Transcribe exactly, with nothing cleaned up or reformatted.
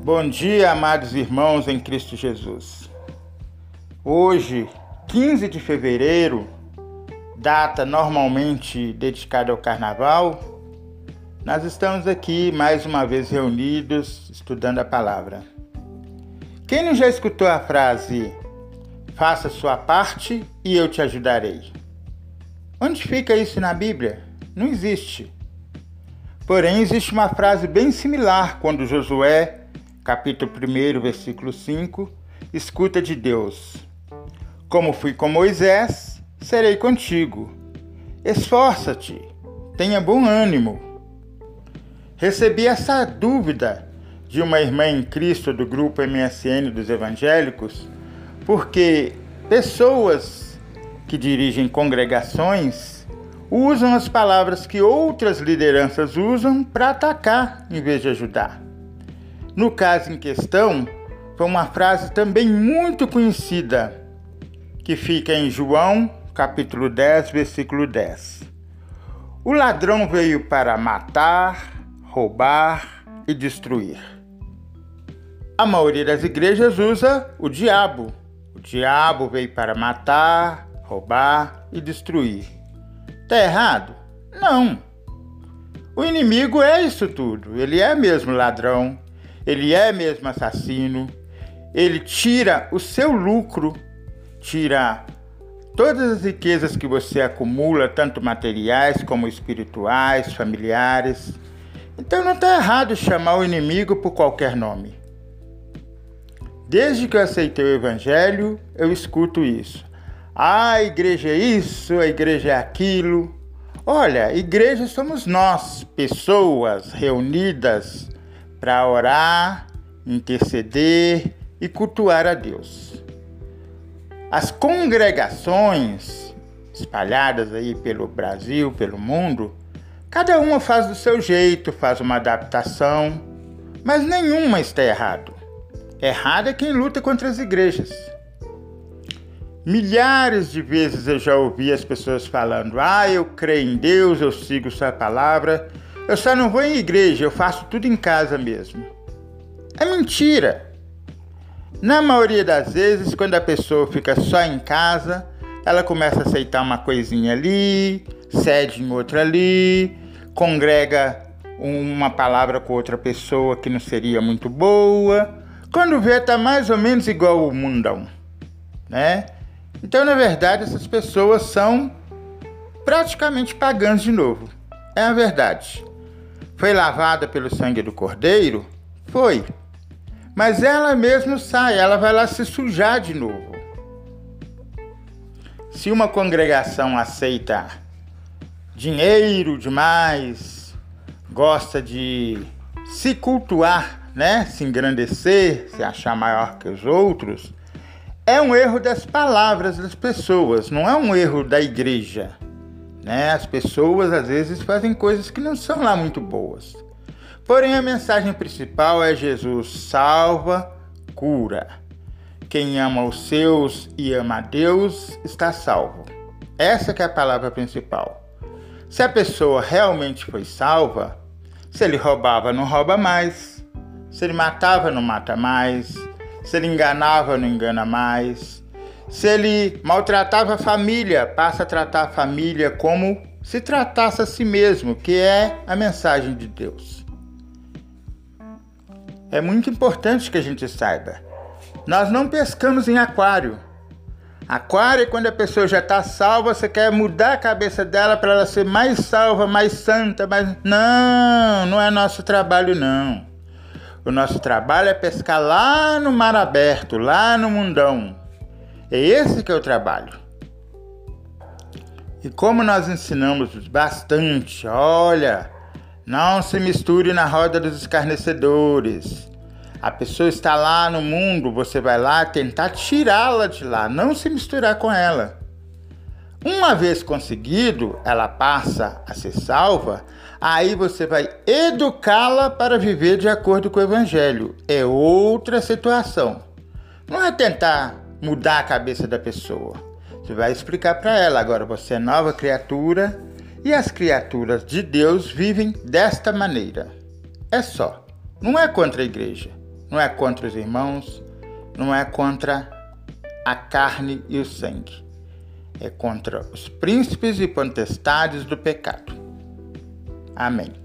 Bom dia, amados irmãos em Cristo Jesus. Hoje, quinze de fevereiro, data normalmente dedicada ao Carnaval, nós estamos aqui mais uma vez reunidos estudando a palavra. Quem não já escutou a frase "Faça sua parte e eu te ajudarei"? Onde fica isso na Bíblia? Não existe. Porém, existe uma frase bem similar quando Josué, capítulo um, versículo cinco, escuta de Deus: "Como fui com Moisés, serei contigo. Esforça-te, tenha bom ânimo." Recebi essa dúvida de uma irmã em Cristo do grupo M S N dos Evangélicos, porque pessoas que dirigem congregações usam as palavras que outras lideranças usam para atacar em vez de ajudar. No caso em questão, foi uma frase também muito conhecida, que fica em João, capítulo dez, versículo dez. "O ladrão veio para matar, roubar e destruir." A maioria das igrejas usa o diabo. O diabo veio para matar, roubar e destruir. Está errado? Não. O inimigo é isso tudo. Ele é mesmo ladrão. Ele é mesmo assassino, ele tira o seu lucro, tira todas as riquezas que você acumula, tanto materiais como espirituais, familiares. Então não está errado chamar o inimigo por qualquer nome. Desde que eu aceitei o Evangelho, eu escuto isso. Ah, a igreja é isso, a igreja é aquilo. Olha, igreja somos nós, pessoas reunidas para orar, interceder e cultuar a Deus. As congregações espalhadas aí pelo Brasil, pelo mundo, cada uma faz do seu jeito, faz uma adaptação, mas nenhuma está errado. Errado é quem luta contra as igrejas. Milhares de vezes eu já ouvi as pessoas falando: ah, eu creio em Deus, eu sigo sua palavra, eu só não vou em igreja, eu faço tudo em casa mesmo. É mentira. Na maioria das vezes, quando a pessoa fica só em casa, ela começa a aceitar uma coisinha ali, cede em outra ali, congrega uma palavra com outra pessoa que não seria muito boa. Quando vê, tá mais ou menos igual o mundão, né? Então, na verdade, essas pessoas são praticamente pagãs de novo. É a verdade. Foi lavada pelo sangue do Cordeiro? Foi. Mas ela mesma sai, ela vai lá se sujar de novo. Se uma congregação aceita dinheiro demais, gosta de se cultuar, né? Se engrandecer, se achar maior que os outros, é um erro das palavras das pessoas, não é um erro da igreja. Né? As pessoas às vezes fazem coisas que não são lá muito boas. Porém, a mensagem principal é: Jesus salva, cura. Quem ama os seus e ama a Deus está salvo. Essa que é a palavra principal. Se a pessoa realmente foi salva, se ele roubava, não rouba mais. Se ele matava, não mata mais. Se ele enganava, não engana mais. Se ele maltratava a família, passa a tratar a família como se tratasse a si mesmo, que é a mensagem de Deus. É muito importante que a gente saiba. Nós não pescamos em aquário. Aquário é quando a pessoa já está salva, você quer mudar a cabeça dela para ela ser mais salva, mais santa, mais... Não, não é nosso trabalho, não. O nosso trabalho é pescar lá no mar aberto, lá no mundão. É esse que é o trabalho. E como nós ensinamos bastante, olha, não se misture na roda dos escarnecedores. A pessoa está lá no mundo, você vai lá tentar tirá-la de lá, não se misturar com ela. Uma vez conseguido, ela passa a ser salva, aí você vai educá-la para viver de acordo com o Evangelho. É outra situação. Não é tentar mudar a cabeça da pessoa. Você vai explicar para ela: agora você é nova criatura e as criaturas de Deus vivem desta maneira. É só. Não é contra a igreja. não é contra os irmãos, não é contra a carne e o sangue. É contra os príncipes e potestades do pecado. Amém.